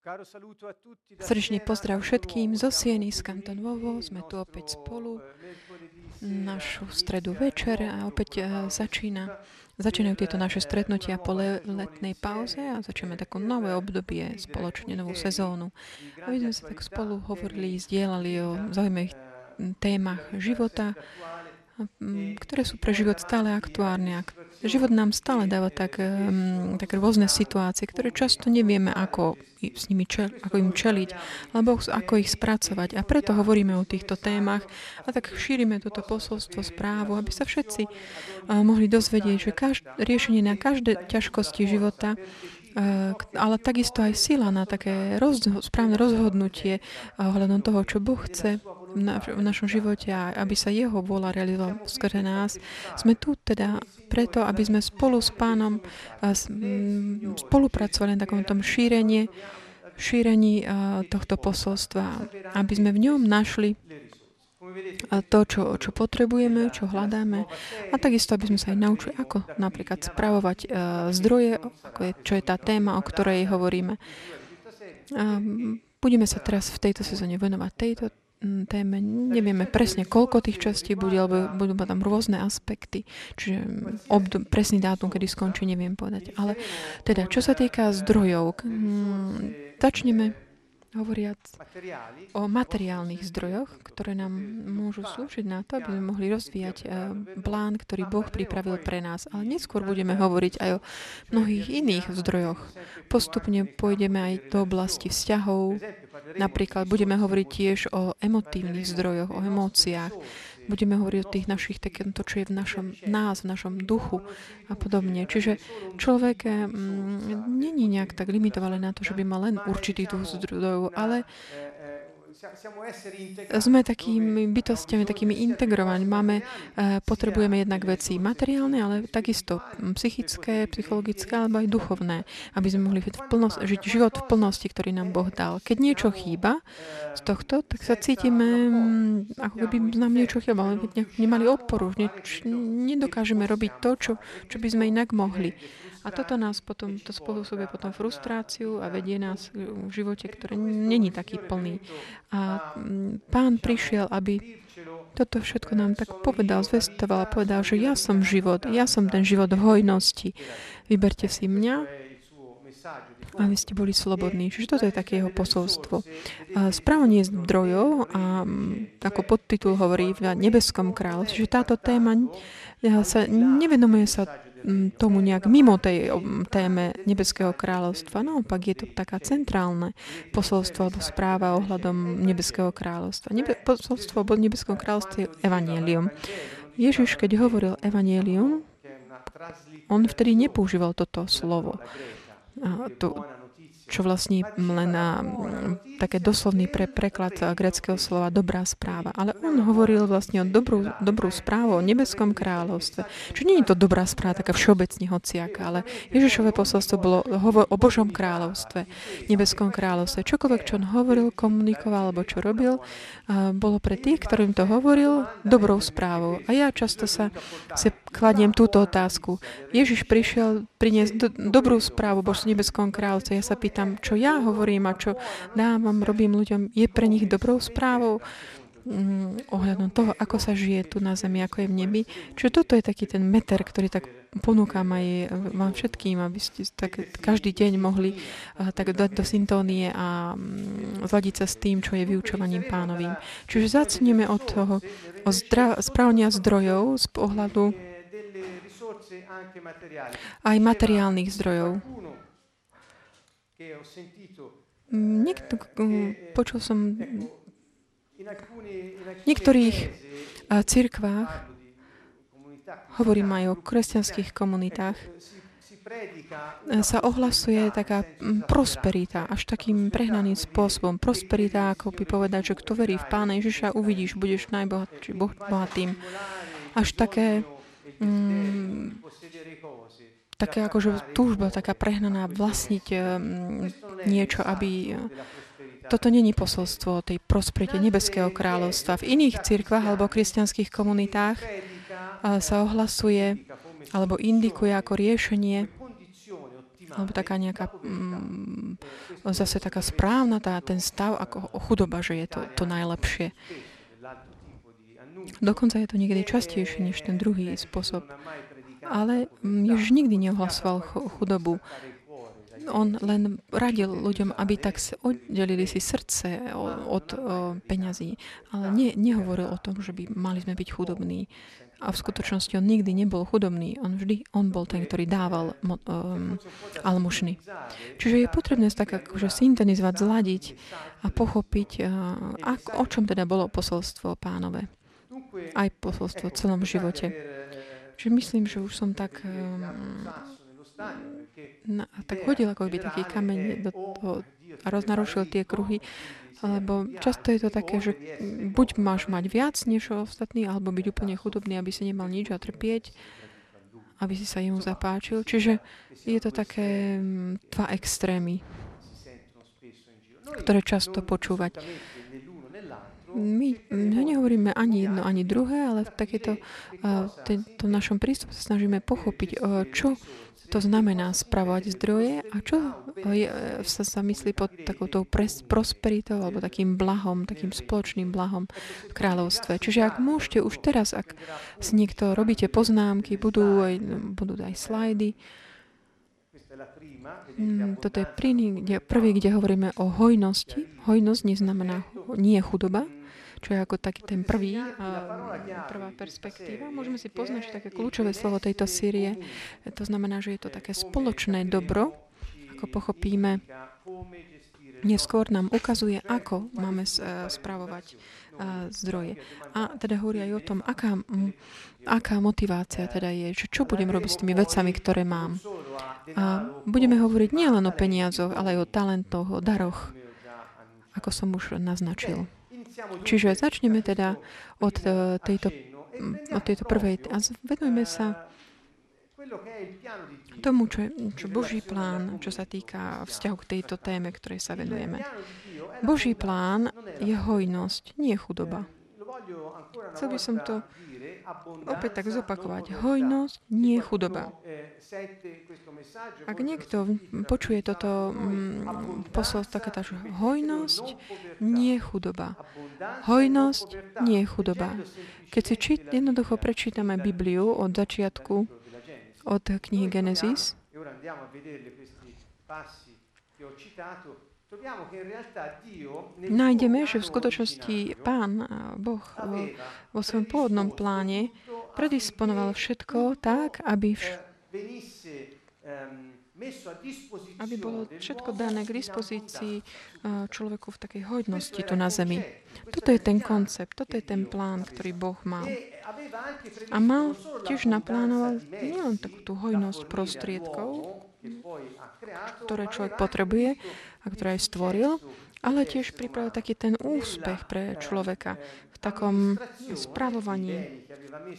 Srdečný pozdrav všetkým zo Sieny z Canton Nuovo. Sme tu opäť spolu našu stredu večer a opäť začínajú tieto naše stretnutia po letnej pauze a začneme také nové obdobie, spoločne novú sezónu. Aby sme sa tak spolu hovorili, zdieľali o zaujímavých témach života, ktoré sú pre život stále aktuálne. Život nám stále dáva tak rôzne situácie, ktoré často nevieme, ako im čeliť, alebo ako ich spracovať. A preto hovoríme o týchto témach a tak šírime toto posolstvo, správu, aby sa všetci mohli dozvedieť, že riešenie na každé ťažkosti života, ale takisto aj sila na také správne rozhodnutie ohľadom toho, čo Boh chce v našom živote a aby sa jeho vôľa realizovala skrze nás. Sme tu teda preto, aby sme spolu s Pánom spolupracovali na takom tom šírení tohto posolstva, aby sme v ňom našli to, čo potrebujeme, čo hľadáme a takisto, aby sme sa aj naučili, ako napríklad spravovať zdroje, čo je tá téma, o ktorej hovoríme. Budeme sa teraz v tejto sezóne venovať tejto téme. Nevieme presne, koľko tých častí bude, alebo budú tam rôzne aspekty. Čiže presný dátum, kedy skončí, neviem povedať. Ale teda, čo sa týka zdrojov, začneme hovoriac o materiálnych zdrojoch, ktoré nám môžu slúžiť na to, aby sme mohli rozvíjať plán, ktorý Boh pripravil pre nás. Ale neskôr budeme hovoriť aj o mnohých iných zdrojoch. Postupne pôjdeme aj do oblasti vzťahov. Napríklad budeme hovoriť tiež o emotívnych zdrojoch, o emóciách. Budeme hovoriť o tých našich, to, čo je v našom duchu a podobne. Čiže človek není nejak tak limitovaný na to, že by mal len určitý druh zdrojov, ale sme takými bytostiami, takými integrovanými. Potrebujeme jednak veci materiálne, ale takisto psychické, psychologické, alebo aj duchovné, aby sme mohli žiť život v plnosti, ktorý nám Boh dal. Keď niečo chýba z tohto, tak sa cítime, ako keby nám niečo chýbalo, nemali oporu, nedokážeme robiť to, čo by sme inak mohli. A toto nás potom, to spôsobuje potom frustráciu a vedie nás v živote, ktorý není taký plný. A Pán prišiel, aby toto všetko nám tak povedal, zvestoval a povedal, že ja som život, ja som ten život v hojnosti. Vyberte si mňa, aby ste boli slobodní. Čiže toto je také jeho posolstvo. Správanie zdrojov a ako podtitul hovorí v Nebeskom kráľovstve, že táto téma sa nevenuje sa tomu nejak mimo tej téme Nebeského kráľovstva. Naopak je to taká centrálne posolstvo alebo správa ohľadom Nebeského kráľovstva. Posolstvo o Nebeskom kráľovstve je evanjelium. Ježiš, keď hovoril evanjelium, on vtedy nepoužíval toto slovo. Čo vlastne len také doslovný preklad gréckeho slova dobrá správa. Ale on hovoril vlastne o dobrú správu o Nebeskom kráľovstve. Čiže nie je to dobrá správa, taká všeobecne hociaká, ale Ježišové posolstvo bolo o Božom kráľovstve, Nebeskom kráľovstve. Čokoľvek, čo on hovoril, komunikoval, alebo čo robil, bolo pre tých, ktorým to hovoril, dobrou správou. A ja často si kladiem túto otázku. Ježiš prišiel priniesť dobrú správu o Nebeskom kráľovstve. Ja sa pýtam, čo ja hovorím a čo dávam, robím ľuďom, je pre nich dobrou správou ohľadom toho, ako sa žije tu na zemi, ako je v nebi. Čiže toto je taký ten meter, ktorý tak ponúkam aj vám všetkým, aby ste tak každý deň mohli tak dať do syntónie a zladiť sa s tým, čo je vyučovaním Pánovým. Čiže začneme od toho, správania zdrojov z pohľadu aj materiálnych zdrojov. Počul som v niektorých cirkvách, hovorím aj o kresťanských komunitách, sa ohlasuje taká prosperita, až takým prehnaným spôsobom. Prosperita, ako by povedať, že kto verí v Pána Ježiša, uvidíš, budeš najbohatým. Až také akože túžba, taká prehnaná vlastniť niečo, aby toto není posolstvo tej prosperite Nebeského kráľovstva. V iných cirkvách alebo kresťanských komunitách sa ohlasuje alebo indikuje ako riešenie alebo taká nejaká zase taká správna ten stav ako chudoba, že je to najlepšie. Dokonca je to niekedy častejšie než ten druhý spôsob. Ale Ježiš nikdy neohlasoval chudobu. On len radil ľuďom, aby tak oddelili si srdce od peňazí. Ale nehovoril o tom, že by mali sme byť chudobní. A v skutočnosti on nikdy nebol chudobný. On bol ten, ktorý dával almužny. Čiže je potrebné tak akože syntonizovať, zladiť a pochopiť, o čom teda bolo posolstvo Pánové. Aj posolstvo v celom živote. Čiže myslím, že už som tak hodil ako by taký kameň do toho a narušil tie kruhy, lebo často je to také, že buď máš mať viac než ostatní, alebo byť úplne chudobný, aby si nemal nič a trpieť, aby si sa jemu zapáčil. Čiže je to také dva extrémy, ktoré často počúvať. My nehovoríme ani jedno, ani druhé, ale v tento našom prístupe sa snažíme pochopiť, čo to znamená spravovať zdroje a čo sa myslí pod takouto prosperitou alebo takým blahom, takým spoločným blahom v kráľovstve. Čiže ak môžete už teraz, ak si niekto robíte poznámky, budú aj slajdy. Toto je prvý, kde hovoríme o hojnosti. Hojnosť neznamená nie chudoba, čo je ako taký ten prvá perspektíva. Môžeme si poznačiť také kľúčové slovo tejto série. To znamená, že je to také spoločné dobro, ako pochopíme. Neskôr nám ukazuje, ako máme spravovať zdroje. A teda hovorí aj o tom, aká motivácia teda je, že čo budem robiť s tými vecami, ktoré mám. A budeme hovoriť nielen o peniazoch, ale aj o talentoch, o daroch, ako som už naznačil. Čiže začneme teda od tejto prvej a venujme sa tomu, čo Boží plán, čo sa týka vzťahu k tejto téme, ktorej sa venujeme. Boží plán je hojnosť, nie chudoba. Chcel by som to opäť tak zopakovať. Hojnosť, nie chudoba. Ak niekto počuje toto posolstvo, takéto hojnosť, nie chudoba. Hojnosť, nie chudoba. Keď si jednoducho prečítame Bibliu od začiatku, od knihy Genesis, nájdeme, že v skutočnosti Pán Boh vo svojom pôvodnom pláne predisponoval všetko tak, aby bolo všetko dané k dispozícii človeku v takej hojnosti tu na zemi. Toto je ten koncept, toto je ten plán, ktorý Boh mal. A tiež naplánoval nielen takú tú hojnosť prostriedkov, ktoré človek potrebuje a ktoré aj stvoril, ale tiež pripravil taký ten úspech pre človeka v takom spravovaní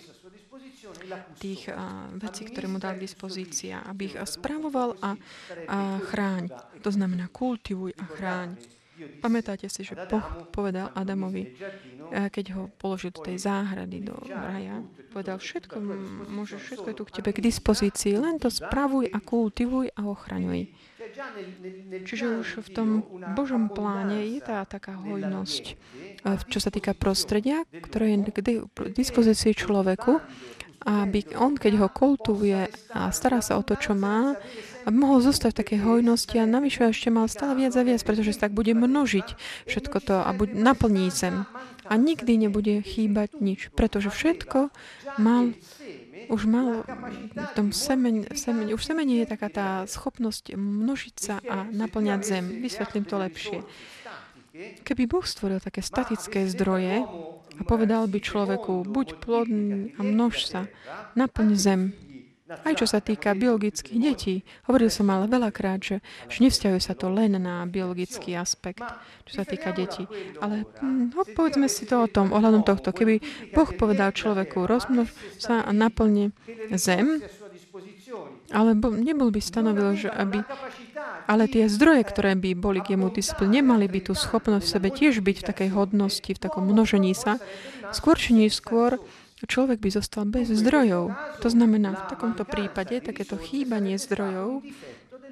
tých vecí, ktoré mu dal k dispozícii, aby ich spravoval a chráň. To znamená kultivuj a chráň. Pamätáte si, že Boh povedal Adamovi, keď ho položil do tej záhrady, do raja, povedal, všetko je tu k tebe k dispozícii, len to spravuj a kultivuj a ochraňuj. Čiže už v tom Božom pláne je tá taká hojnosť, čo sa týka prostredia, ktoré je k dispozícii človeku, aby on, keď ho kultivuje a stará sa o to, čo má, aby mohol zostať v takej hojnosti a navyše ešte mal stále viac a viac, pretože sa tak bude množiť všetko to a naplní zem. A nikdy nebude chýbať nič, pretože všetko už mal v tom semeni. Už semenie je taká tá schopnosť množiť sa a naplňať zem. Vysvetlím to lepšie. Keby Boh stvoril také statické zdroje a povedal by človeku, buď plodný a množ sa, naplň zem. Aj čo sa týka biologických detí. Hovoril som ale veľakrát, že nevzťahuje sa to len na biologický aspekt, čo sa týka detí. Ale povedzme si to o tom, ohľadom tohto. Keby Boh povedal človeku, rozmnož sa a naplne zem, alebo nebol by stanovil, že ale tie zdroje, ktoré by boli k jemu disponibilné, nemali by tú schopnosť v sebe tiež byť v takej hodnosti, v takom množení sa. Skôr či neskôr človek by zostal bez zdrojov. To znamená, v takomto prípade takéto chýbanie zdrojov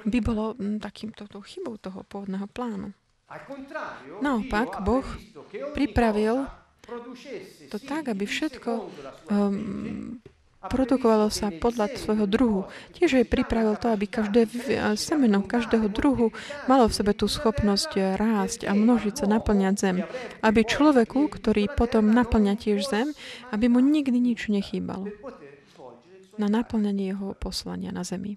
by bolo takýmto chybou toho pôvodného plánu. Naopak, Boh pripravil to tak, aby všetko produkovalo sa podľa svojho druhu. Tiež je pripravil to, aby každé semeno každého druhu malo v sebe tú schopnosť rásť a množiť sa, naplňať zem. Aby človeku, ktorý potom naplňa tiež zem, aby mu nikdy nič nechýbalo na naplňanie jeho poslania na zemi.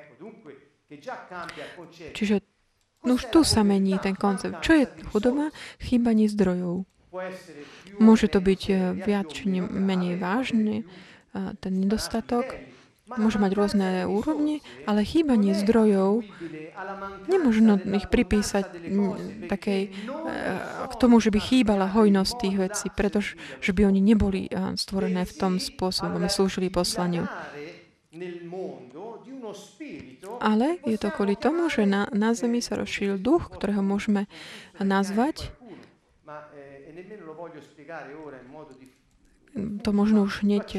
Čiže už tu sa mení ten koncept. Čo je chudoba? Chýbanie zdrojov. Môže to byť viac či menej vážne, ten nedostatok. Môže mať rôzne úrovne, ale chýbanie zdrojov nemožno ich pripísať k tomu, že by chýbala hojnosť tých vecí, pretože že by oni neboli stvorené v tom spôsobe, aby slúžili poslaniu. Ale je to kvôli tomu, že na zemi sa rozšíril duch, ktorého môžeme nazvať. To možno už hneď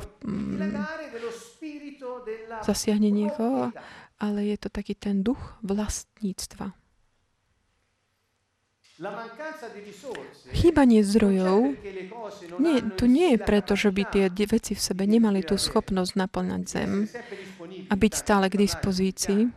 zasiahne niekoho, ale je to taký ten duch vlastníctva. Chýbanie zdrojov to nie je preto, že by tie veci v sebe nemali tú schopnosť naplňať zem a byť stále k dispozícii.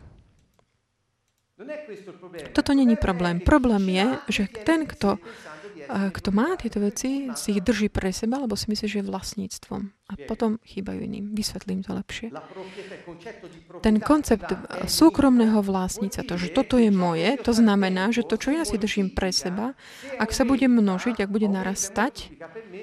Toto není problém. Problém je, že ten, kto má tieto veci, si ich drží pre seba, alebo si myslí, že je vlastníctvom. A potom chýbajú iným. Vysvetlím to lepšie. Ten koncept súkromného vlastníca, to, že toto je moje, to znamená, že to, čo ja si držím pre seba, ak sa bude množiť, ak bude narastať,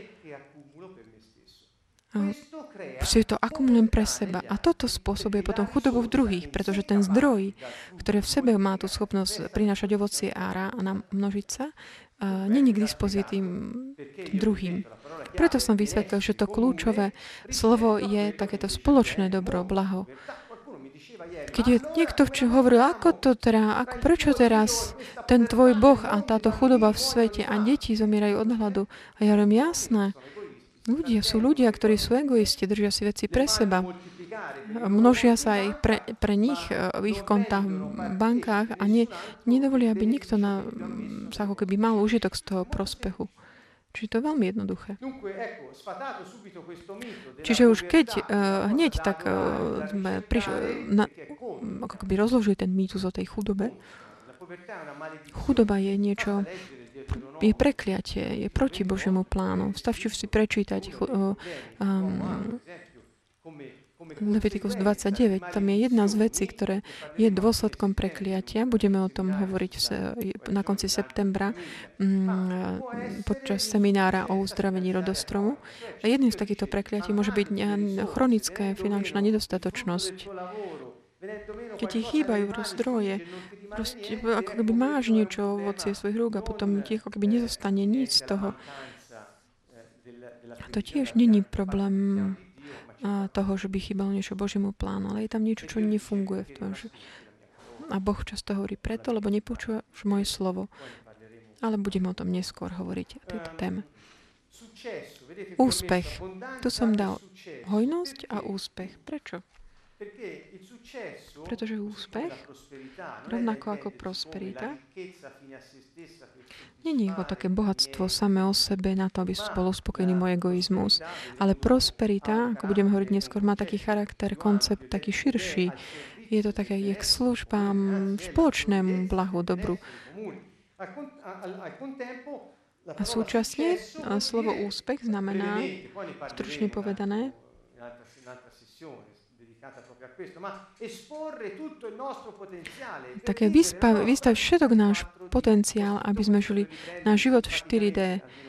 si to akumulujem pre seba. A toto spôsobuje potom chudobu v druhých, pretože ten zdroj, ktorý v sebe má tú schopnosť prinášať ovocie a množiť sa, není k dispozícii druhým. Preto som vysvetlil, že to kľúčové slovo je takéto spoločné dobro, blaho. Keď je niekto hovoril, prečo teraz ten tvoj Boh a táto chudoba v svete a deti zomierajú od hladu? A ja hovorím, jasné. Ľudia sú ľudia, ktorí sú egoisti, držia si veci pre seba. Množia sa aj pre nich v ich kontách v bankách a nedovolia, aby nikto sa ako keby mal užitok z toho prospechu. Čiže to je veľmi jednoduché. Čiže už keď hneď tak sme ako keby rozložili ten mýtus o tej chudobe, chudoba je niečo, je prekliatie, je proti Božiemu plánu. Stačí si prečítať Levitikus 29. Tam je jedna z vecí, ktoré je dôsledkom prekliatia. Budeme o tom hovoriť na konci septembra počas seminára o uzdravení rodostromu. A jedným z takýchto prekliatí môže byť chronická finančná nedostatočnosť. Keď ti chýbajú zdroje, proste ako keby máš niečo ovocie svojich rúk a potom ti ako keby nezostane nič z toho. A to tiež není problém toho, že by chýbalo niečo Božiemu plánu, ale je tam niečo, čo nefunguje v tom. A Boh často hovorí preto, lebo nepočúvaš moje slovo. Ale budeme o tom neskôr hovoriť o tejto téme. Úspech. Tu som dal hojnosť a úspech. Prečo? Pretože úspech, rovnako ako prosperita, nie je také bohatstvo samé o sebe na to, aby bol uspokojený môj egoizmus. Ale prosperita, ako budeme hovoriť neskôr, má taký charakter, koncept taký širší. Je to také k službám, spoločnému blahu, dobru. A súčasne slovo úspech znamená, stručne povedané, také vystaviť všetok náš potenciál, aby sme žili náš život v 4D.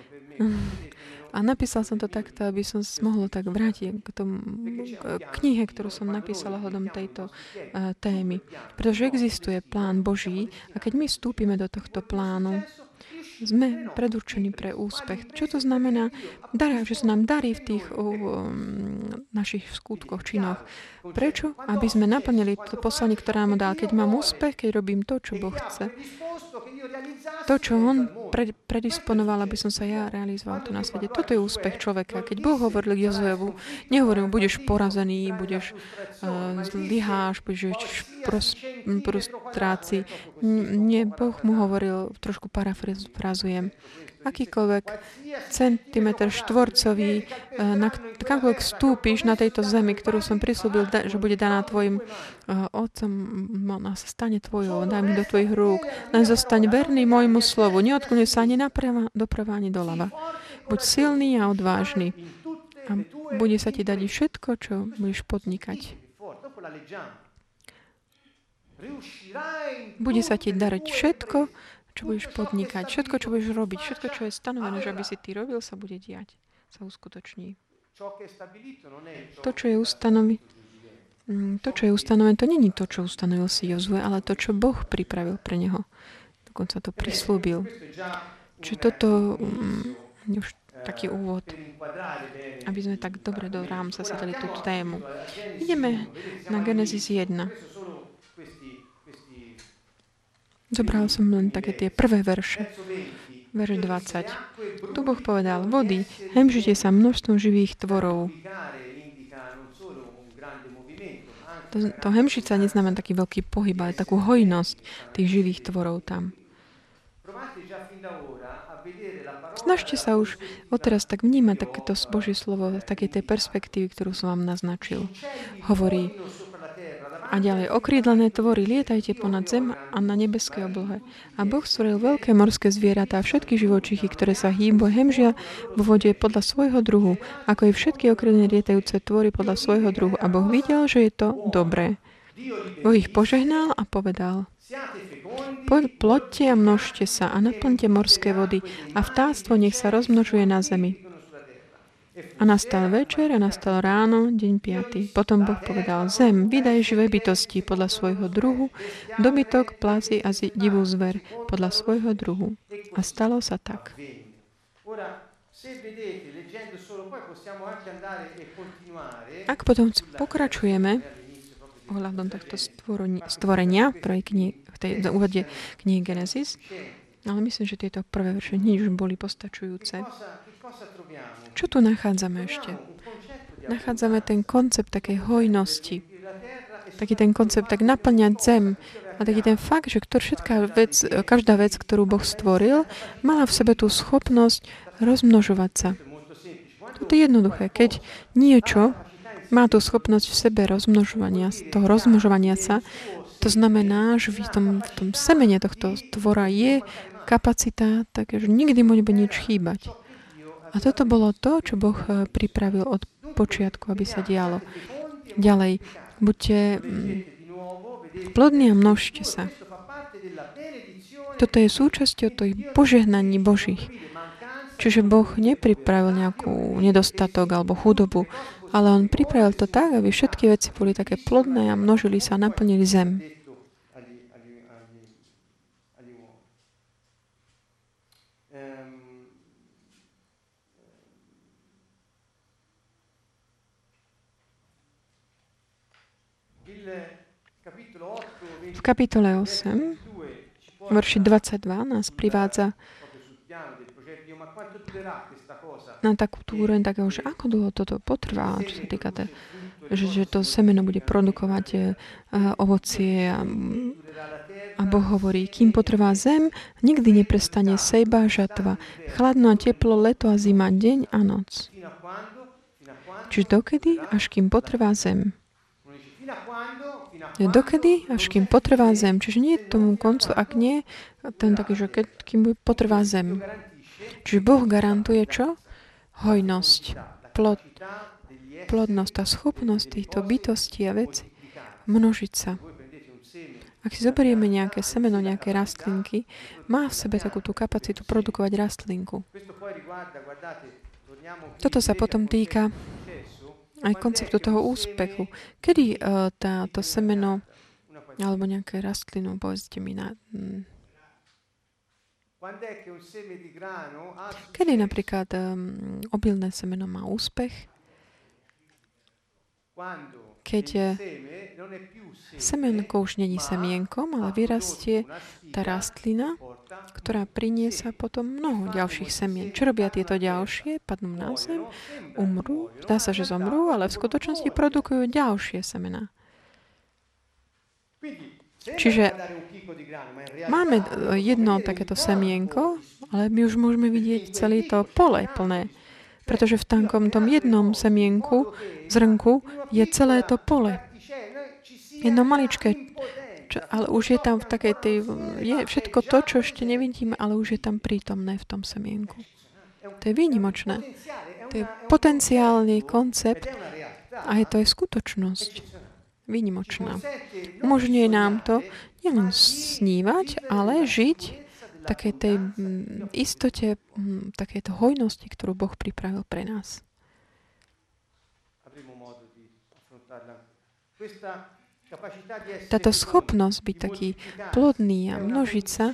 A napísal som to takto, aby som mohol tak vrátiť k knihe, ktorú som napísala hodom tejto témy. Pretože existuje plán Boží a keď my vstúpime do tohto plánu, Sme predurčení pre úspech. Čo to znamená? Že sa nám darí v tých našich skutkoch, činoch. Prečo? Aby sme naplnili to poslanie, ktoré nám dal. Keď mám úspech, keď robím to, čo Boh chce. To, čo On predisponoval, aby som sa ja realizoval tu na svete. Toto je úspech človeka. Keď Boh hovoril Jozefu, nehovoril, budeš porazený, budeš zlyháš, budeš v frustrácii. Nie, Boh mu hovoril, trošku parafrazujem, akýkoľvek centimetr štvorcový, akoľvek vstúpiš na tejto zemi, ktorú som prislúbil, že bude daná tvojim otcom, ona sa stane tvojou, daj mi do tvojich rúk, len zostaň verný môjmu slovu, neodkloňuj sa ani doprava, ani doľava. Buď silný a odvážny a bude sa ti dať všetko, čo budeš podnikať. Bude sa ti dariť všetko, čo budeš podnikať, všetko, čo budeš robiť, všetko, čo je stanovené, že aby si ty robil, sa bude diať, sa uskutoční. To, čo je ustanovené, to není to, čo ustanovil si Jozue, ale to, čo Boh pripravil pre neho. Dokonca to prislúbil. Čiže toto už taký úvod, aby sme tak dobre do rámca sa dali túto tému. Ideme na Genesis 1. Zobral som len také tie prvé verše. Verš 20. Tu Boh povedal, vody, hemžite sa množstvom živých tvorov. To hemžiť sa neznamená taký veľký pohyb, ale takú hojnosť tých živých tvorov tam. Snažte sa už odteraz tak vnímať takéto Božie slovo, také tej perspektívy, ktorú som vám naznačil. Hovorí, a ďalej, okrídlené tvory, lietajte ponad zem a na nebeskej oblohe. A Boh stvoril veľké morské zvieratá a všetky živočichy, ktoré sa hýbu hemžia vo vode podľa svojho druhu, ako i všetky okrídlené lietajúce tvory podľa svojho druhu. A Boh videl, že je to dobré. Boh ich požehnal a povedal, ploďte a množte sa a naplňte morské vody a vtáctvo nech sa rozmnožuje na zemi. A nastal večer a nastalo ráno, deň 5. Potom Boh povedal, zem, vydaj živé bytosti podľa svojho druhu, dobytok, plazy a divú zver podľa svojho druhu. A stalo sa tak. Ak potom pokračujeme ohľadom tohto stvorenia v tej úvode knihy Genesis, ale myslím, že tieto prvé verše už boli postačujúce. Čo tu nachádzame ešte? Nachádzame ten koncept takej hojnosti. Taký ten koncept, tak naplňať zem. A taký ten fakt, že každá vec, ktorú Boh stvoril, mala v sebe tú schopnosť rozmnožovať sa. To je jednoduché. Keď niečo má tú schopnosť v sebe rozmnožovania sa, to znamená, že v tom semene tohto tvora je kapacita, takže nikdy mu nebude nič chýbať. A toto bolo to, čo Boh pripravil od počiatku, aby sa dialo. Ďalej, buďte plodní a množte sa. Toto je súčasťou tých požehnaní Božích. Čiže Boh nepripravil nejakú nedostatok alebo chudobu, ale On pripravil to tak, aby všetky veci boli také plodné a množili sa a naplnili zem. V kapitole 8, verši 22 nás privádza na takú úroveň takého, že ako dlho toto potrvá, čo sa týka že to semeno bude produkovať ovocie a Boh hovorí, kým potrvá zem, nikdy neprestane sejba a žatva, chladno a teplo, leto a zima, deň a noc. Čiže dokedy, až kým potrvá zem. Dokedy, až kým potrvá zem. Čiže nie je tomu koncu, ak nie, ten taký, že kým potrvá zem. Čiže Boh garantuje čo? Hojnosť, plodnosť, tá schopnosť týchto bytostí a vecí množiť sa. Ak si zoberieme nejaké semeno, nejaké rastlinky, má v sebe takú tú kapacitu produkovať rastlinku. Toto sa potom týka aj konceptu toho úspechu. Kedy to semeno alebo nejaké rastlinu, povedzte mi, Kedy napríklad obilné semeno má úspech? Keď semenko už není semienkom, ale vyrastie tá rastlina, ktorá priniesa potom mnoho ďalších semien. Čo robia tieto ďalšie? Padnú na zem, umrú, zdá sa, že zomrú, ale v skutočnosti produkujú ďalšie semená. Čiže máme jedno takéto semienko, ale my už môžeme vidieť celé to pole plné. Pretože v tom jednom semienku, zrnku, je celé to pole. Jedno maličké, ale už je tam v takej tej... Je všetko to, čo ešte nevidíme, ale už je tam prítomné v tom semienku. To je výnimočné. To je potenciálny koncept a je to aj skutočnosť. Výnimočná. Umožňuje nám to nielen snívať, ale žiť takej tej istote, takejto hojnosti, ktorú Boh pripravil pre nás. Táto schopnosť byť taký plodný a množiť sa,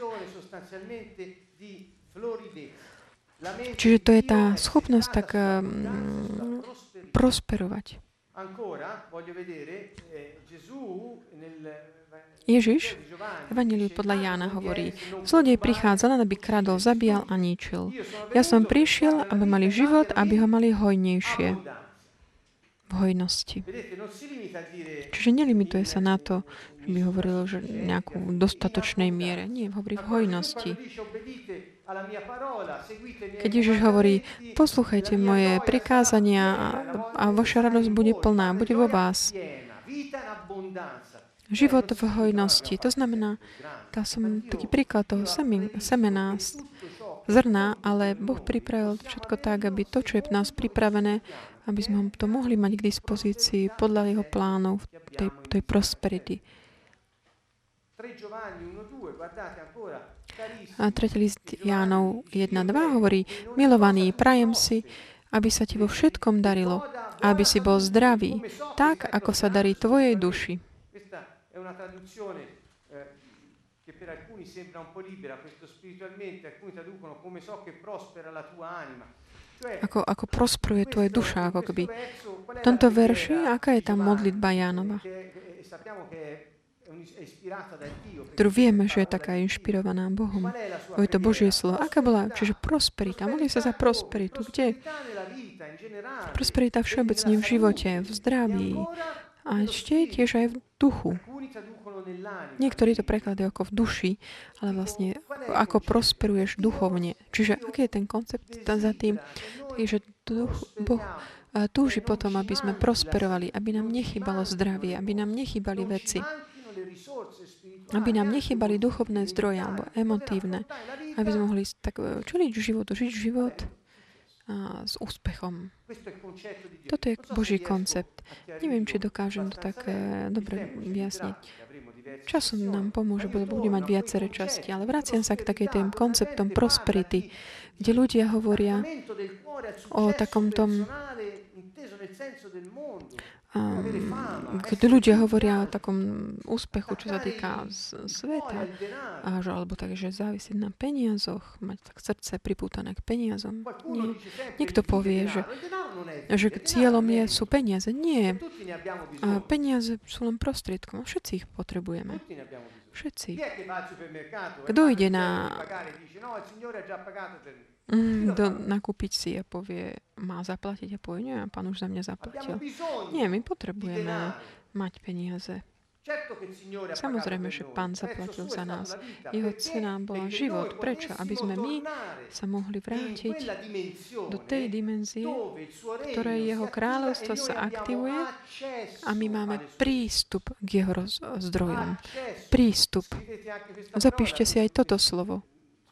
čiže to je tá schopnosť tak prosperovať. Ježiš, Evangeliu podľa Jána hovorí, zlodej prichádzal, aby kradol, zabíjal a ničil. Ja som prišiel, aby mali život, aby ho mali hojnejšie. V hojnosti. Čiže nelimituje sa na to, že by hovoril, že nejakú dostatočnej miere. Nie, hovorí v hojnosti. Keď Ježiš hovorí, poslúchajte moje prikázania a vaša radosť bude plná, bude vo vás. Život v hojnosti. To znamená, dal som taký príklad toho semena, zrna, ale Boh pripravil všetko tak, aby to, čo je v nás pripravené, aby sme to mohli mať k dispozícii podľa jeho plánov tej prosperity. A 3. list Jánov 1.2 hovorí, milovaný, prajem si, aby sa ti vo všetkom darilo, a aby si bol zdravý, tak, ako sa darí tvojej duši. Ako prosperuje tvoja duša, ako keby. V tomto verši, aká je tá modlitba Jánova? Ktorú vieme, že je taká inšpirovaná Bohom. Je to Božie slovo. Aká bola? Čiže prosperita. Modlí sa za prosperitu. Kde? Prosperita všeobecne v živote, v zdraví. A ešte tiež aj v duchu. Niektorí to prekladajú ako v duši, ale vlastne ako prosperuješ duchovne. Čiže aký je ten koncept za tým? Takže Boh túži potom, aby sme prosperovali, aby nám nechýbalo zdravie, aby nám nechýbali veci, aby nám nechýbali duchovné zdroje alebo emotívne, aby sme mohli tak čeliť životu, žiť život s úspechom. Toto je Boží koncept. Neviem, či dokážem to tak dobre vyjasniť. Časom nám pomôže, budeme mať viaceré časti, ale vraciam sa k takej tým konceptom prosperity, kde ľudia hovoria o takom tom keď ľudia hovoria o takom úspechu, čo sa týka sveta, alebo tak, že závisieť na peniazoch, mať tak srdce pripútané k peniazom. Nie. Niekto povie, že cieľom sú peniaze. Nie. A peniaze sú len prostriedkom. Všetci ich potrebujeme. Všetci. Kto ide nakúpiť si a povie, má zaplatiť a povie, nie, pán už za mňa zaplatil. Nie, my potrebujeme mať peniaze. Samozrejme, že pán zaplatil za nás. Jeho cena bola život. Prečo? Aby sme my sa mohli vrátiť do tej dimenzie, v ktorej jeho kráľovstvo sa aktivuje a my máme prístup k jeho zdrojom. Prístup. Zapíšte si aj toto slovo.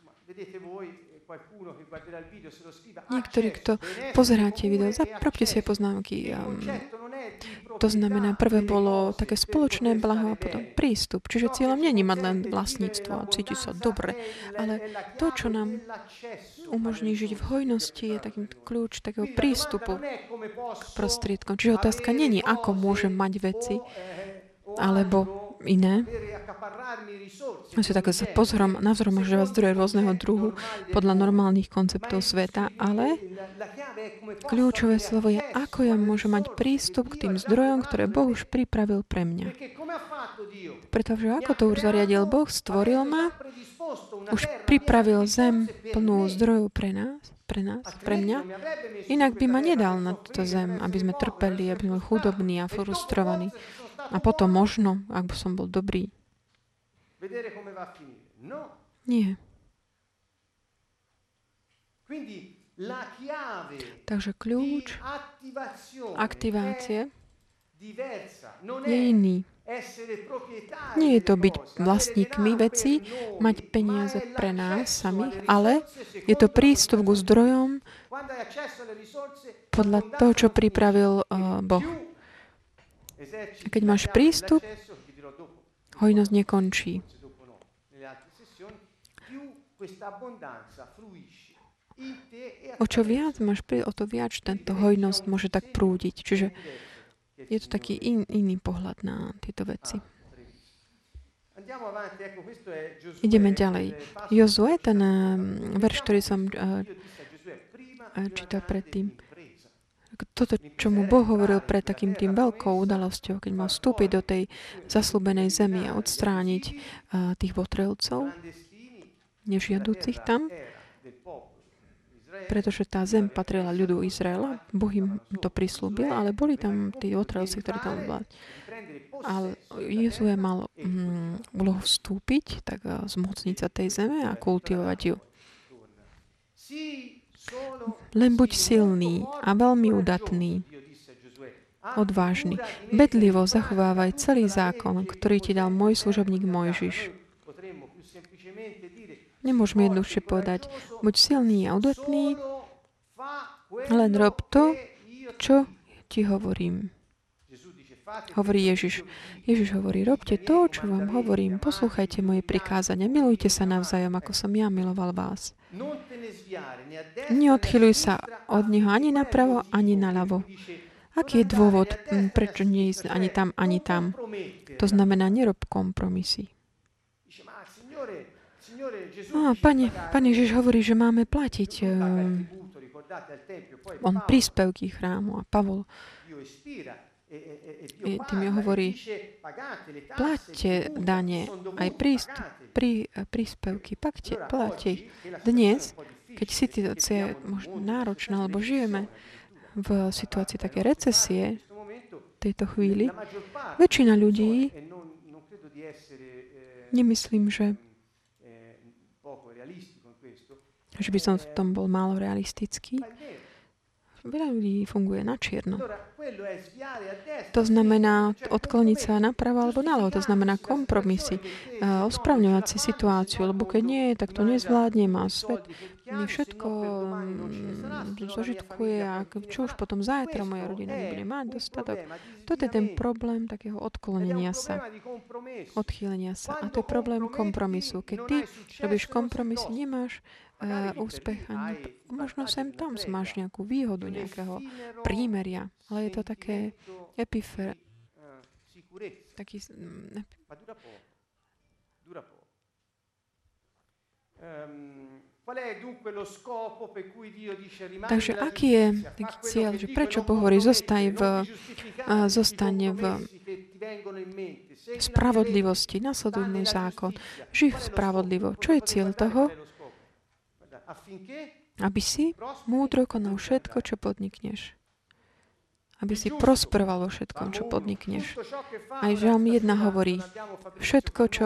Niektorí, kto pozeráte video, zaprobte si poznámky. To znamená, prvé bolo také spoločné blaho a potom prístup. Čiže cieľom nie je mať len vlastníctvo a cítiť sa dobre, ale to, čo nám umožní žiť v hojnosti, je takým kľúč takého prístupu k prostriedkom. Čiže otázka nie je, ako môžem mať veci, alebo iné. Sú také navzhromažďovať zdroje rôzneho druhu podľa normálnych konceptov sveta, ale kľúčové slovo je, ako ja môžem mať prístup k tým zdrojom, ktoré Boh už pripravil pre mňa. Pretože ako to už zariadil Boh, stvoril ma, už pripravil zem plnú zdrojov pre mňa. Inak by ma nedal na túto zem, aby sme trpeli, aby sme boli chudobní a frustrovaní. A potom možno, ak by som bol dobrý. Nie. Takže kľúč aktivácie je iný. Nie je to byť vlastníkmi vecí, mať peniaze pre nás samých, ale je to prístup k zdrojom podľa toho, čo pripravil Boh. A keď máš prístup, hojnosť nekončí. O čo viac máš, o to viac tento hojnosť môže tak prúdiť. Čiže je to taký iný pohľad na tieto veci. Ideme ďalej. Jozue, ten verš, ktorý som čítal predtým. Toto, čo mu Boh hovoril pred takým tým veľkou udalosťou, keď mal vstúpiť do tej zasľúbenej zemi a odstrániť tých votrelcov, nežiaducich tam, pretože tá zem patrila ľudu Izraela. Boh im to prislúbil, ale boli tam tí otrelci, ktorí tam boli. Ale Jozue mal úlohu vstúpiť, tak zmocniť sa tej zeme a kultivovať ju. Len buď silný a veľmi udatný, odvážny. Bedlivo zachovávaj celý zákon, ktorý ti dal môj služobník Mojžiš. Nemôžeme jednoduchšie povedať, buď silný a udatný, len rob to, čo ti hovorím. Hovorí Ježiš. Ježiš hovorí, robte to, čo vám hovorím, poslúchajte moje prikázania, milujte sa navzájom, ako som ja miloval vás. Neodchyľuj sa od neho ani napravo, ani naľavo. Aký je dôvod, prečo nie ísť ani tam, ani tam? To znamená, nerob kompromisy. Pane Ježiš hovorí, že máme platiť on príspevky chrámu a Pavol tým hovorí, plaťte dane, aj príspevky, plaťte. Dnes, keď situácia je možno náročná, alebo žijeme v situácii také recesie v tejto chvíli, väčšina ľudí, nemyslím, že by som v tom bol málo realistický, veľa ľudí funguje na čierno. To znamená odkloniť sa napravo alebo naľavo. To znamená kompromisy, ospravňovať si situáciu, lebo keď nie, tak to nezvládnem a svet mi všetko zožitkuje a čo už potom zajtra moja rodina nebude mať dostatok. Toto je ten problém takého odklonenia sa, odchýlenia sa. A to je problém kompromisu. Keď ty robíš kompromisy, nemáš úspech ani možno sem tam máš nejakú výhodu, nejakého prímeria, ale je to také taký Takže aký je taký cieľ, že prečo Boh hovorí, zostane v spravodlivosti, nasleduj môj zákon, žij spravodlivo. Čo je cieľ toho? Aby si múdro konal všetko, čo podnikneš. Aby si prosperoval vo všetkom, čo podnikneš. Aj Žalm 1 hovorí, všetko, čo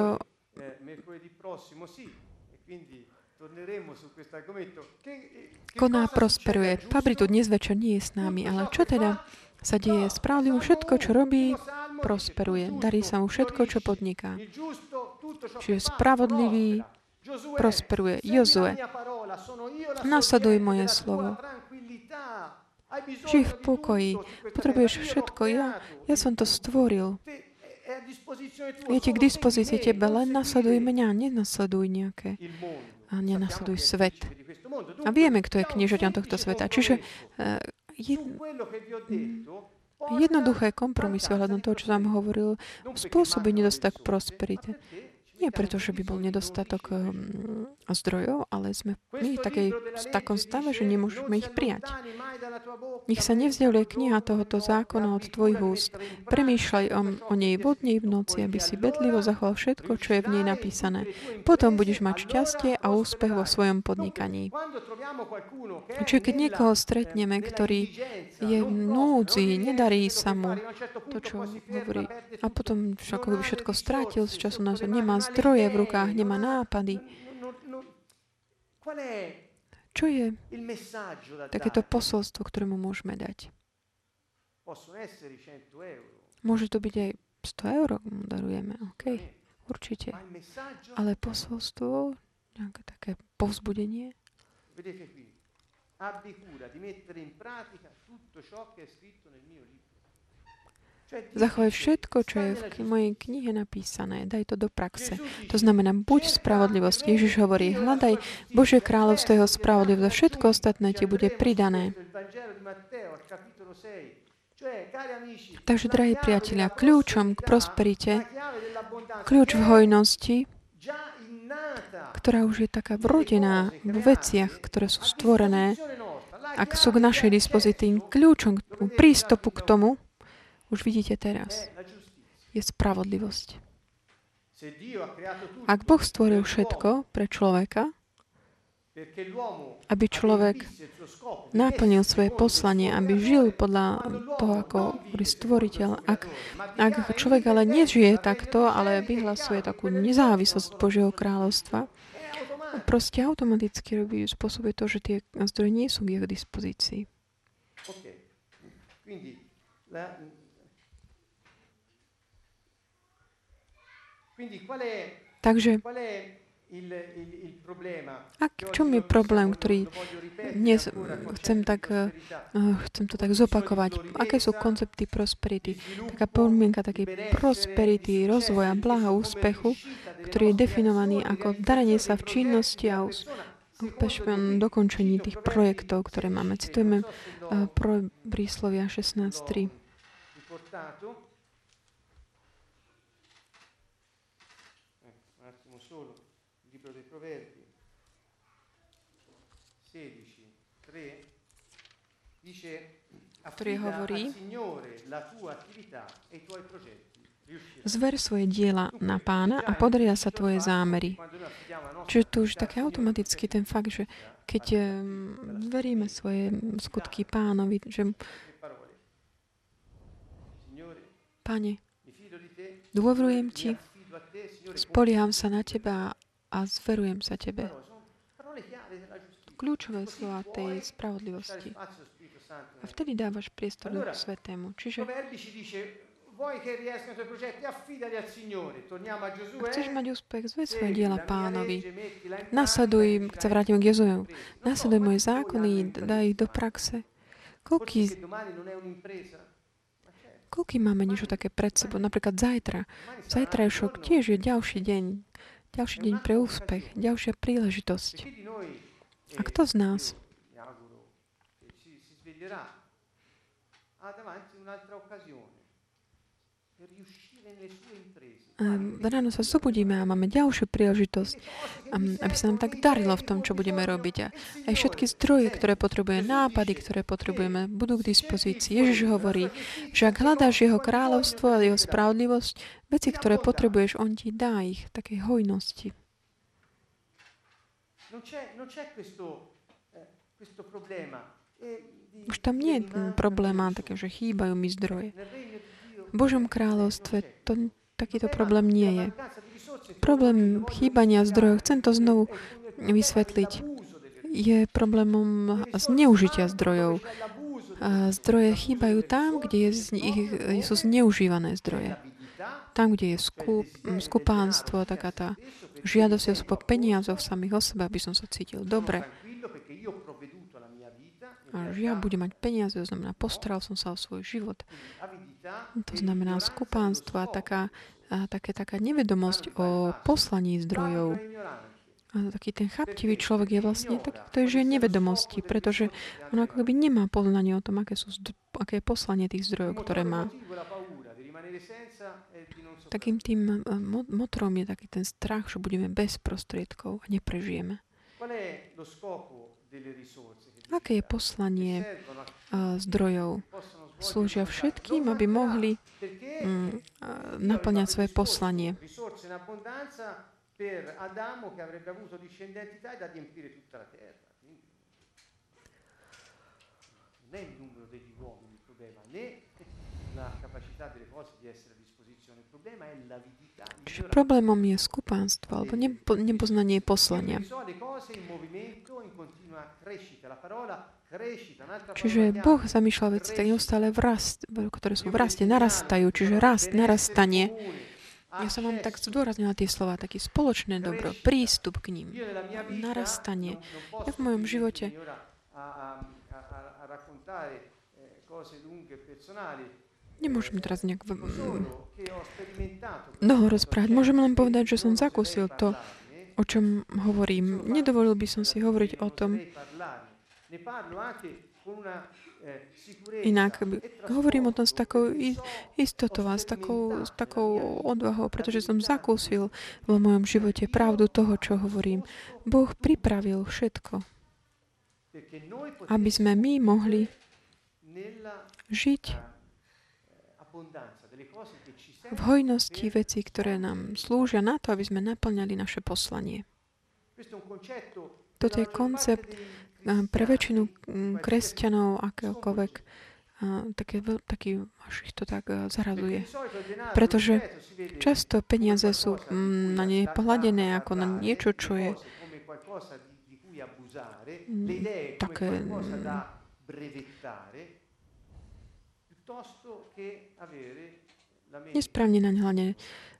koná, prosperuje. Fabri tu dnes večer nie je s nami, ale čo teda sa deje? Spravodlivo všetko, čo robí, prosperuje. Darí sa mu všetko, čo podniká. Čiže spravodlivý prosperuje. Jozue, nasleduj moje slovo. Žij v pokoji. Potrebuješ všetko. Ja som to stvoril. Je ti k dispozícii tebe, len nasleduj mňa, nenasleduj nejaké. A nenasleduj svet. A vieme, kto je kniežaťom tohto sveta. Čiže Jednoduché kompromisy ohľadom toho, čo som hovoril, spôsobí nedostatok prosperity. Nie preto, že by bol nedostatok zdrojov, ale sme my v takom stave, že nemôžeme ich prijať. Nech sa nevzdialuje kniha tohoto zákona od tvojich úst. Premýšľaj o nej vodne v noci, aby si bedlivo zachoval všetko, čo je v nej napísané. Potom budeš mať šťastie a úspech vo svojom podnikaní. Čiže keď niekoho stretneme, ktorý je v núdzi, nedarí sa mu to, čo hovorí, a potom ako by všetko strátil z času na to, nemá zdroje v rukách, nemá nápady. Čo je takéto posolstvo, ktoré mu môžeme dať? Môže to byť aj 100 eur, mu darujeme, OK, určite. Ale posolstvo, nejaké také povzbudenie. Abbi cura di mettere in pratica tutto ciò che è scritto nel mio libro. Zachovaj všetko, čo je v mojej knihe napísané. Daj to do praxe. To znamená, buď spravodlivosť. Ježiš hovorí, hľadaj Božie kráľovstvo, jeho spravodlivosť. Všetko ostatné ti bude pridané. Takže, drahí priatelia, kľúčom k prosperite, kľúč v hojnosti, ktorá už je taká vrodená v veciach, ktoré sú stvorené, ak sú k našej dispozícii, kľúčom k prístupu k tomu, už vidíte teraz, je spravodlivosť. Ak Boh stvoril všetko pre človeka, aby človek naplnil svoje poslanie, aby žil podľa toho, ako stvoriteľ. Ak človek ale nežije takto, ale vyhlasuje takú nezávislosť od Božieho kráľovstva, proste automaticky spôsobuje to, že tie zdroje nie sú k jeho dispozícii. Takže v čom je problém, ktorý dnes chcem to tak zopakovať? Aké sú koncepty prosperity? Taká podmienka takej prosperity, rozvoja, blaha, úspechu, ktorý je definovaný ako darenie sa v činnosti a úspešnom dokončení tých projektov, ktoré máme. Citujeme Príslovia 16.3. Ktorý hovorí, zver svoje diela na Pána a podaria sa tvoje zámery. Čiže tu už také automaticky ten fakt, že keď veríme svoje skutky Pánovi, že Pane, dôverujem Ti, spolieham sa na Teba a zverujem sa Tebe. Kľúčové slova tej spravodlivosti. A vtedy dávaš priestor Duchu Svätému. Čiže ak chceš mať úspech, zved svoje diela Pánovi. Nasleduj, keď sa vrátim k Jezusu, nasleduj moje zákony, daj ich do praxe. Koľký máme niečo také pred sebou? Napríklad zajtra. Zajtrajšok tiež je ďalší deň. Ďalší deň pre úspech. Ďalšia príležitosť. A kto z nás ráno sa zobudíme a máme ďalšiu príležitosť, aby sa nám tak darilo v tom, čo budeme robiť. A aj všetky zdroje, ktoré potrebujeme, nápady, ktoré potrebujeme, budú k dispozícii. Ježiš hovorí, že ak hľadáš jeho kráľovstvo a jeho spravodlivosť, veci, ktoré potrebuješ, on ti dá ich v takej hojnosti. Už tam nie je problém, také, že chýbajú mi zdroje. V Božom kráľovstve takýto problém nie je. Problém chýbania zdrojov, chcem to znovu vysvetliť, je problémom zneužitia zdrojov. Zdroje chýbajú tam, kde sú zneužívané zdroje. Tam, kde je skupánstvo, taká tá žiadosť po peniazoch samých o sebe, aby som sa cítil dobre. A že ja budem mať peniaze, to znamená, postaral som sa o svoj život. To znamená skupánstvo a taká nevedomosť o poslaní zdrojov. A taký ten chaptivý človek je vlastne taký, kto je žije nevedomosti, pretože on ako keby nemá poznanie o tom, aké je poslanie tých zdrojov, ktoré má. Takým tým motorom je taký ten strach, že budeme bez prostriedkov a neprežijeme. Aké je poslanie zdrojov? Slúžia všetkým, aby mohli naplňať svoje poslanie. Čiže problémom je skupánstvo alebo nepoznanie poslania. Čiže Boh zamýšľal veci tak neustále ktoré sú v raste, narastajú, čiže narastanie. Ja som vám tak zdôraznila tie slova, taký spoločné dobro, prístup k ním, narastanie. Ja v mojom živote nemôžem teraz nejak dlho rozprávať. Môžem len povedať, že som zakúsil to, o čom hovorím. Nedovolil by som si hovoriť o tom inak. Hovorím o tom s takou istotou a s takou odvahou, pretože som zakúsil vo mojom živote pravdu toho, čo hovorím. Boh pripravil všetko, aby sme my mohli žiť v hojnosti vecí, ktoré nám slúžia na to, aby sme naplňali naše poslanie. Toto je koncept pre väčšinu kresťanov akéhokoľvek, taký až ich to tak zaraduje. Pretože často peniaze sú na ne pohľadené ako na niečo, čo je také nesprávne na ne hľadne.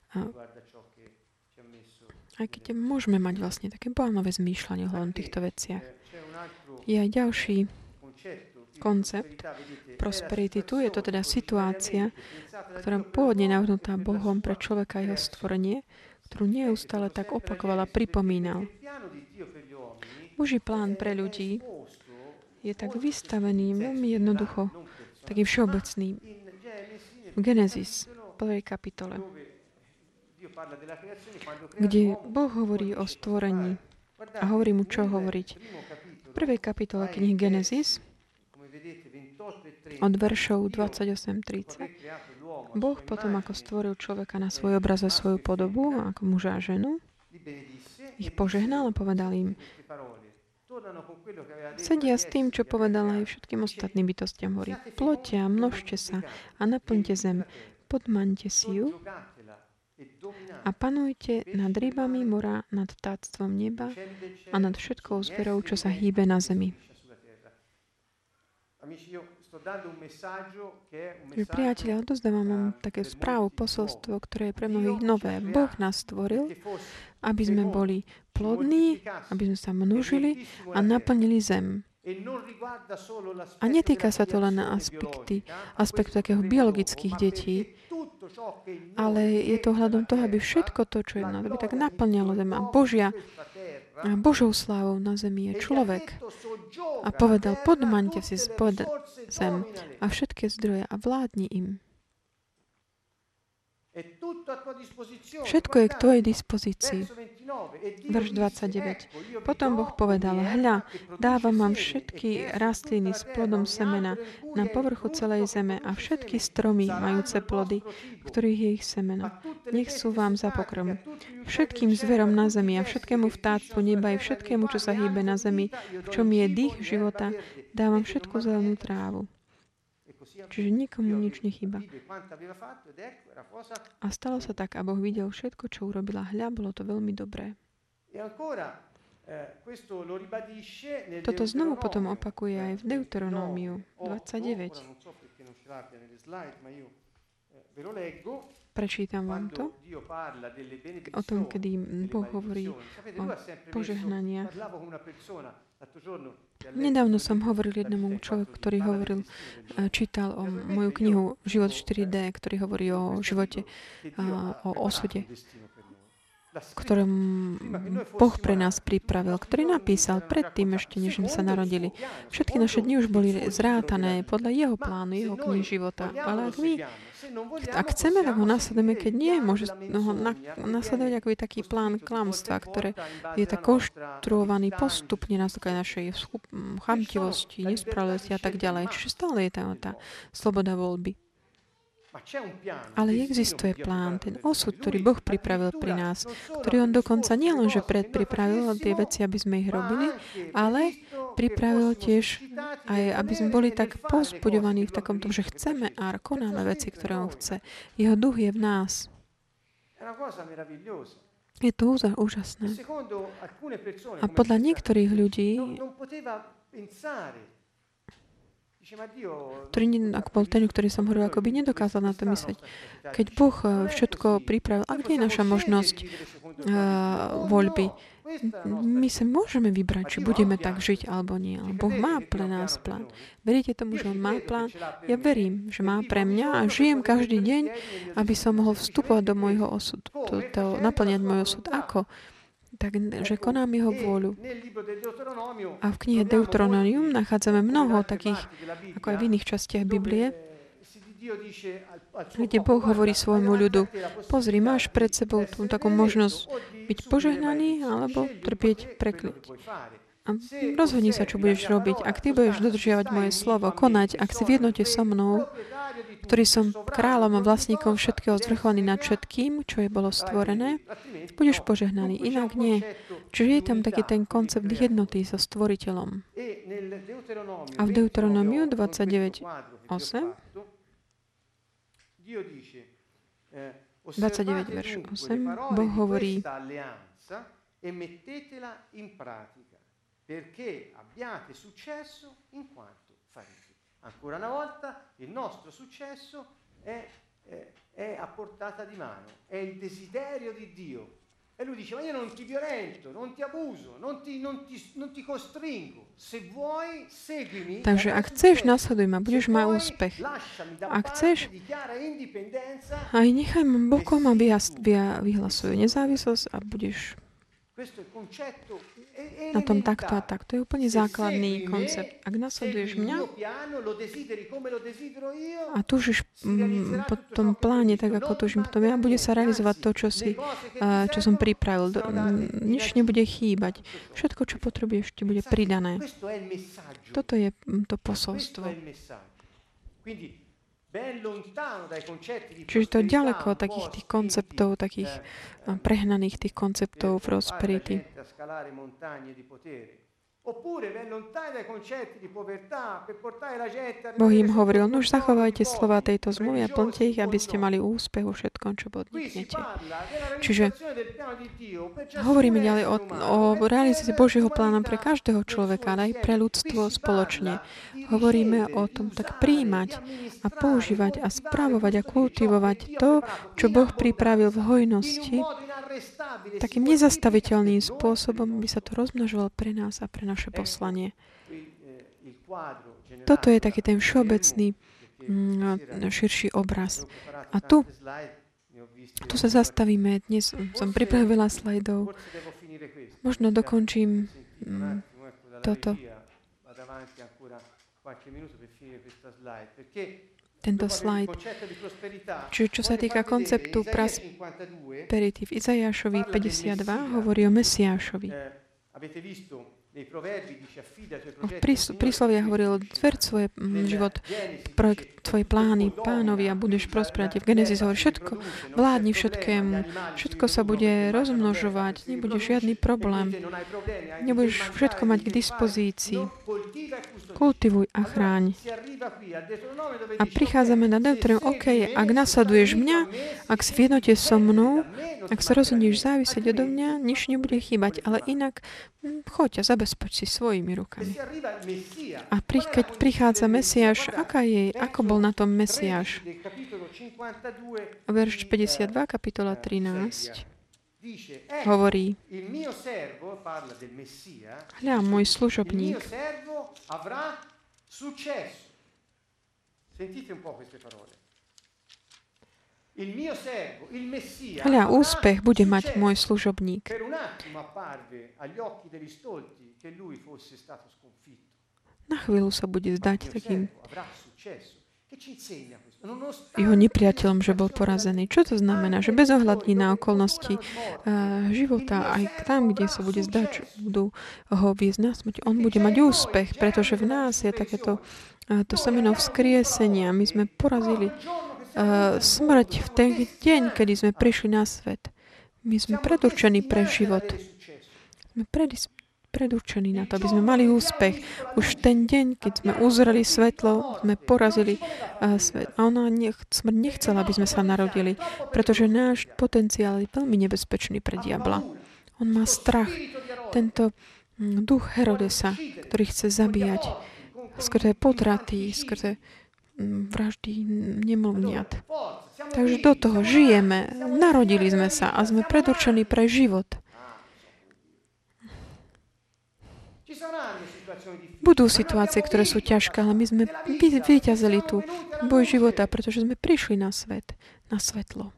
Aj keď môžeme mať vlastne také bánové zmýšľanie o týchto veciach. Je aj ďalší koncept prosperity. Tu je to teda situácia, ktorá pôvodne navrhnutá Bohom pre človeka a jeho stvorenie, ktorú neustále tak opakoval a pripomínal. Boží plán pre ľudí je tak vystavený veľmi jednoducho, taký všeobecný. V Genesis, 1. kapitole, kde Boh hovorí o stvorení a hovorí mu, čo hovoriť. V 1. kapitole knihy Genesis, od veršov 28-30, Boh potom, ako stvoril človeka na svoj obraz a svoju podobu, ako muža a ženu, ich požehnal a povedal im, sedia s tým, čo povedala aj všetkým ostatným bytostiam horí. Ploďte a množte sa a naplňte zem. Podmaňte si ju a panujte nad rybami mora, nad vtáctvom neba a nad všetkou zverou, čo sa hýbe na zemi. Priatelia, odozdávam vám také správu, posolstvo, ktoré je pre mnohých nové. Boh nás stvoril, aby sme boli plodní, aby sme sa množili a naplnili zem. A netýka sa to len na aspektu takého biologických detí, ale je to hľadom toho, aby všetko to, čo je aby tak naplňalo zem. A Božou slávou na zemi je človek. A povedal, podmaňte si zem a všetky zdroje a vládni im. Všetko je k tvojej dispozícii. Verš 29. Potom Boh povedal, hľa, dávam vám všetky rastliny s plodom semena na povrchu celej zeme a všetky stromy majúce plody, v ktorých je ich semeno. Nech sú vám za pokrm. Všetkým zverom na zemi a všetkému vtáctvu neba i všetkému, čo sa hýbe na zemi, v čom je dých života, dávam všetku zelenú trávu. Čiže nikomu nič nechýba. A stalo sa tak, a Boh videl všetko, čo urobila. Hľa, bolo to veľmi dobré. Toto znovu potom opakuje aj v Deuteronómiu 29. Prečítam vám to. O tom, kedy Boh hovorí o požehnaniach. Nedávno som hovoril jednomu človeku, ktorý čítal o moju knihu Život 4D, ktorý hovorí o živote, o osude. ktoré Boh pre nás pripravil, ktorý napísal predtým ešte, než sme sa narodili. Všetky naše dni už boli zrátané podľa jeho plánu, jeho knihy života. Ale ak chceme, tak ho nasledujeme, keď nie, môže ho nasledovať ako je taký plán klamstva, ktoré je tak konštruovaný postupne na základe našej chamtivosti, nespravodlivosti a tak ďalej. Čiže stále je tam tá sloboda voľby. Ale existuje plán, ten osud, ktorý Boh pripravil pri nás, ktorý on dokonca nielenže predpripravil tie veci, aby sme ich robili, ale pripravil tiež aj, aby sme boli tak povzbudovaní v takom tom, že chceme a konáme veci, ktoré on chce. Jeho duch je v nás. Je to úžasné. A podľa niektorých ľudí, ktorý, ako bol ten, ktorý som hovoril, ako by nedokázal na to myslieť. Keď Boh všetko pripravil, a kde je naša možnosť voľby? My sa môžeme vybrať, či budeme tak žiť, alebo nie. Ale Boh má pre nás plán. Veríte tomu, že on má plán? Ja verím, že má pre mňa a žijem každý deň, aby som mohol vstupovať do môjho osudu, naplňať môj osud. Ako? Takže konám jeho vôľu. A v knihe Deuteronomium nachádzame mnoho takých, ako aj v iných častiach Biblie, kde Boh hovorí svojmu ľudu, pozri, máš pred sebou tú takú možnosť byť požehnaný alebo trpieť prekliať. A rozhodni sa, čo budeš robiť. Ak ty budeš dodržiavať moje slovo, konať, ak si v jednote so mnou, ktorý som kráľom a vlastníkom všetkého, zvrchovaný nad všetkým, čo je bolo stvorené, budeš požehnaný. Inak nie. Čiže je tam taký ten koncept jednoty so stvoriteľom. A v Deuteronomiu 29, verš 8, Boh hovorí, perché abbiate successo in quanto farete. Ancora una volta, il nostro successo è a portata di mano, è il desiderio di Dio. E lui dice, ma io non ti violento, non ti abuso, non ti costringo. Se vuoi, seguimi. Takže ak chceš, nasleduj ma, budeš mať úspech. Ak chceš, aj nechaj ma bokom a vyhlasujú nezávislosť a budeš na tom takto a takto. To je úplne základný koncept. Ak nasleduješ mňa a túžiš po tom pláne, tak ako túžim potom ja, bude sa realizovať to, čo som pripravil. Nič nebude chýbať. Všetko, čo potrebuješ, ti bude pridané. Toto je to posolstvo. Čiže to ďaleko od takých tých konceptov, takých prehnaných tých konceptov prosperity. Boh im hovoril, no už zachovajte slova tejto zmluvy a plňte ich, aby ste mali úspech vo všetkom, čo podniknete. Čiže hovoríme ďalej o realizácii Božieho plánu pre každého človeka, ale aj pre ľudstvo spoločne. Hovoríme o tom tak prijímať a používať a spravovať a kultivovať to, čo Boh pripravil v hojnosti, takým nezastaviteľným spôsobom, by sa to rozmnožovalo pre nás a pre naše poslanie. Toto je taký ten všeobecný, širší obraz. A tu sa zastavíme. Dnes som pripravil veľa slajdov. Možno dokončím toto. Tento slajd. Čiže čo sa týka konceptu prosperity v Izaiášovi 52 hovorí o Mesiášovi. V prísloviach hovoril, tvrď svoj život, projekt, tvoje plány pánovi a budeš prosperovať. V Genesis hovorí, všetko, vládni všetkému, všetko sa bude rozmnožovať, nebude žiadny problém, nebudeš všetko mať k dispozícii. Kultivuj a chráň. A prichádzame na Deuteronomium, OK, ak nasleduješ mňa, ak si v jednote so mnou, ak sa rozhodneš závisieť odo mňa, nič nebude chýbať, ale inak choď a zabezpeč si svojimi rukami. A keď prichádza Mesiáš, ako bol na tom Mesiáš? Verš 52, kapitola 13, hovorí, hľa, môj služobník, Hľa, úspech bude mať môj služobník. Na chvíľu sa bude zdať takým jeho nepriateľom, že bol porazený. Čo to znamená? Že bez ohľadní na okolnosti života, aj tam, kde sa bude zdať, že budú ho viesť na smrť, on bude mať úspech, pretože v nás je takéto to semeno vzkriesenia. My sme porazili smrť v ten deň, kedy sme prišli na svet. My sme predurčení pre život. Sme predurčení na to, aby sme mali úspech. Už ten deň, keď sme uzreli svetlo, sme porazili svet. A ona smrť nechcela, aby sme sa narodili, pretože náš potenciál je veľmi nebezpečný pre diabla. On má strach. Tento duch Herodesa, ktorý chce zabíjať skrze potraty, skrze vraždy nemluvniat. Takže do toho žijeme, narodili sme sa a sme predurčení pre život. Budú situácie, ktoré sú ťažké, ale my sme vyťazili tu boj života, pretože sme prišli na svet, na svetlo.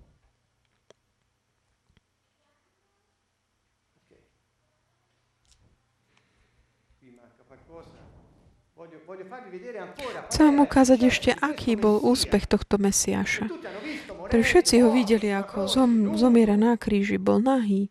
Chcem vám ukázať ešte, aký bol úspech tohto Mesiáša. Ktorí všetci ho videli, ako zomiera na kríži, bol nahý.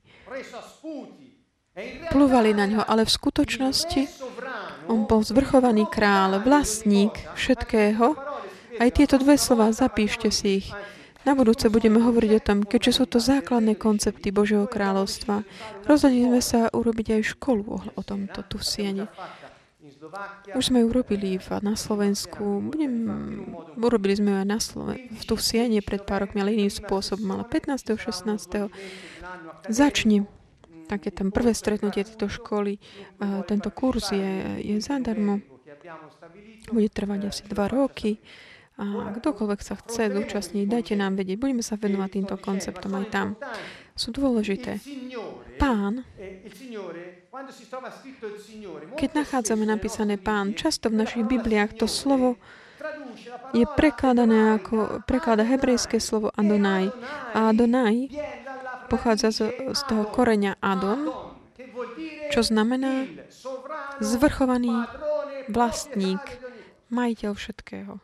Plúvali na ňo, ale v skutočnosti on bol zvrchovaný kráľ, vlastník všetkého. Aj tieto dve slova, zapíšte si ich. Na budúce budeme hovoriť o tom, keďže sú to základné koncepty Božieho kráľovstva. Rozhodli sme sa urobiť aj školu o tomto tu v Siene. Už sme ju urobili na Slovensku. Urobili sme ju aj tu v Siene pred pár rokmi, ale iným spôsobom. Ale 15. 16. Začni. Také tam prvé stretnutie tejto školy. Tento kurz je zadarmo. Bude trvať asi 2 roky. A kdokoľvek sa chce zúčastniť, dajte nám vedieť. Budeme sa venovať týmto konceptom aj tam. Sú dôležité. Pán, keď nachádzame napísané Pán, často v našich Bibliách to slovo je prekladané ako preklada hebrejské slovo Adonai. A Adonai pochádza z toho koreňa Adon, čo znamená zvrchovaný vlastník, majiteľ všetkého.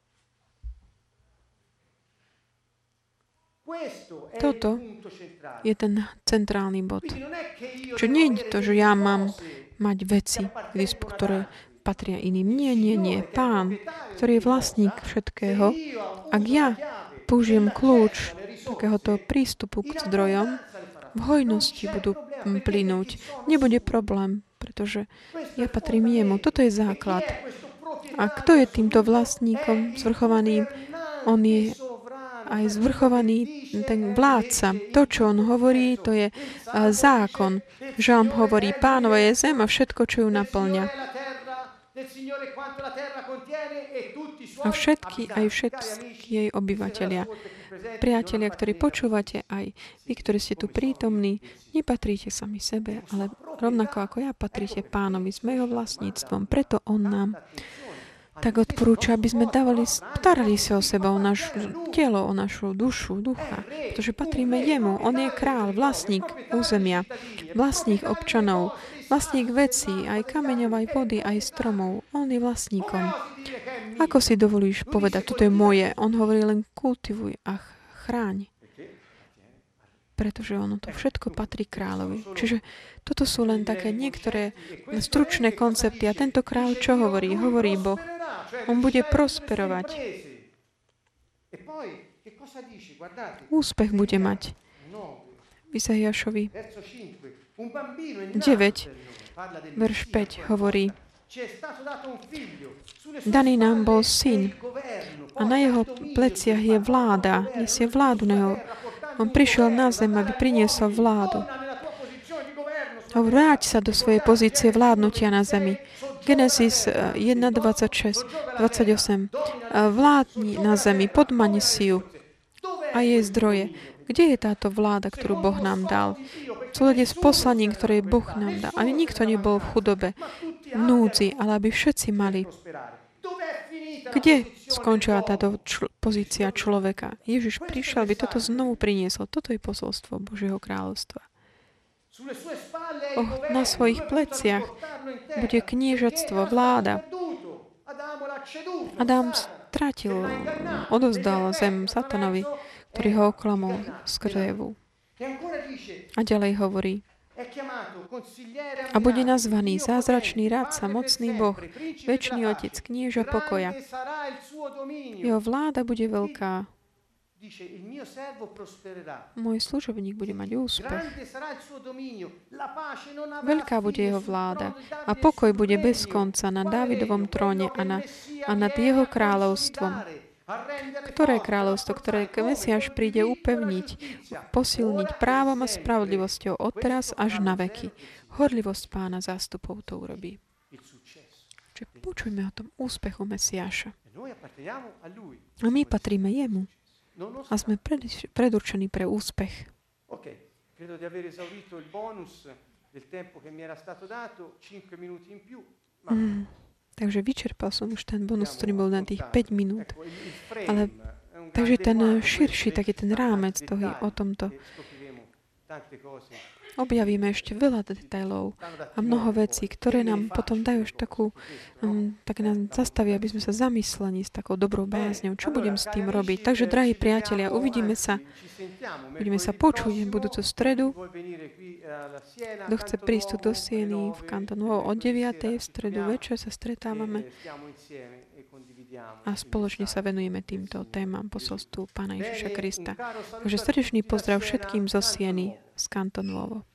Toto je ten centrálny bod. Čo nie je to, že ja mám mať veci, ktoré patria iným. Nie. Pán, ktorý je vlastník všetkého, ak ja použijem kľúč takéhoto prístupu k zdrojom, v hojnosti budú plynúť. Nebude problém, pretože ja patrím jemu. Toto je základ. A kto je týmto vlastníkom zvrchovaným? On je aj zvrchovaný ten vládca. To, čo on hovorí, to je zákon. Žalm hovorí, Pánova je zem a všetko, čo ju naplňa. A všetky jej obyvatelia. Priatelia, ktorí počúvate, aj vy, ktorí ste tu prítomní, nepatríte sami sebe, ale rovnako ako ja patríte Pánovi, sme jeho vlastníctvom. Preto on nám tak odporúča, aby sme starali sa o seba, o naše telo, o našu dušu, ducha, pretože patríme jemu. On je král, vlastník územia, vlastník občanov, vlastník vecí, aj kameňov, aj vody, aj stromov. On je vlastníkom. Ako si dovolíš povedať, toto je moje? On hovorí len kultivuj a chráň. Pretože ono to všetko patrí kráľovi. Čiže toto sú len také niektoré stručné koncepty. A tento kráľ čo hovorí? Hovorí Boh. On bude prosperovať. Úspech bude mať. V Izaiášovi 9, verš 5 hovorí, daný nám bol syn a na jeho pleciach je vláda, nesie vládu na jeho. On prišiel na zem, aby priniesol vládu. Vráť sa do svojej pozície vládnutia na zemi. Genesis 1:26, 28. Vládni na zemi, podmani si ju a jej zdroje. Kde je táto vláda, ktorú Boh nám dal? V súlade s poslaním, ktoré Boh nám dal. Aby nikto nebol v chudobe, v núdzi, ale aby všetci mali. Kde skončila táto pozícia človeka? Ježiš prišiel, aby toto znovu priniesol. Toto je posolstvo Božieho kráľovstva. Na svojich pleciach bude kniežatstvo, vláda. Adam stratil, odovzdal zem Satanovi, ktorý ho oklamol z krvévu. A ďalej hovorí, a bude nazvaný zázračný rádca, mocný Boh, večný Otec, knieža pokoja. Jeho vláda bude veľká. Môj služobník bude mať úspech. Veľká bude jeho vláda a pokoj bude bez konca na Dávidovom tróne a nad jeho kráľovstvom. Ktoré kráľovstvo, ktoré Mesiáš príde upevniť, posilniť právom a spravodlivosťou od teraz až na veky. Horlivosť Pána zástupov to urobí. Čiže počujme o tom úspechu Mesiáša. A my patríme jemu. A sme predurčení pre úspech. Credo di aver esaurito il bonus del tempo che mi era stato dato, 5 minuti in più. Takže vyčerpal som už ten bonus, ktorý bol na tých 5 minút. Ale takže ten širší, taký ten rámec toho o tomto. Objavíme ešte veľa detailov a mnoho vecí, ktoré nám potom dajú už takú, tak nás zastavia, aby sme sa zamysleli s takou dobrou bázňou. Čo budem s tým robiť? Takže, drahí priatelia, uvidíme sa. Budeme sa počuť v budúcu stredu. Kto chce prísť tu do Sieny v Canton Nuovo o 9:00 v stredu večer sa stretávame a spoločne sa venujeme týmto témam posolstvu Pána Ježiša Krista. Takže srdečný pozdrav všetkým zo Sieny z Canton Nuovo.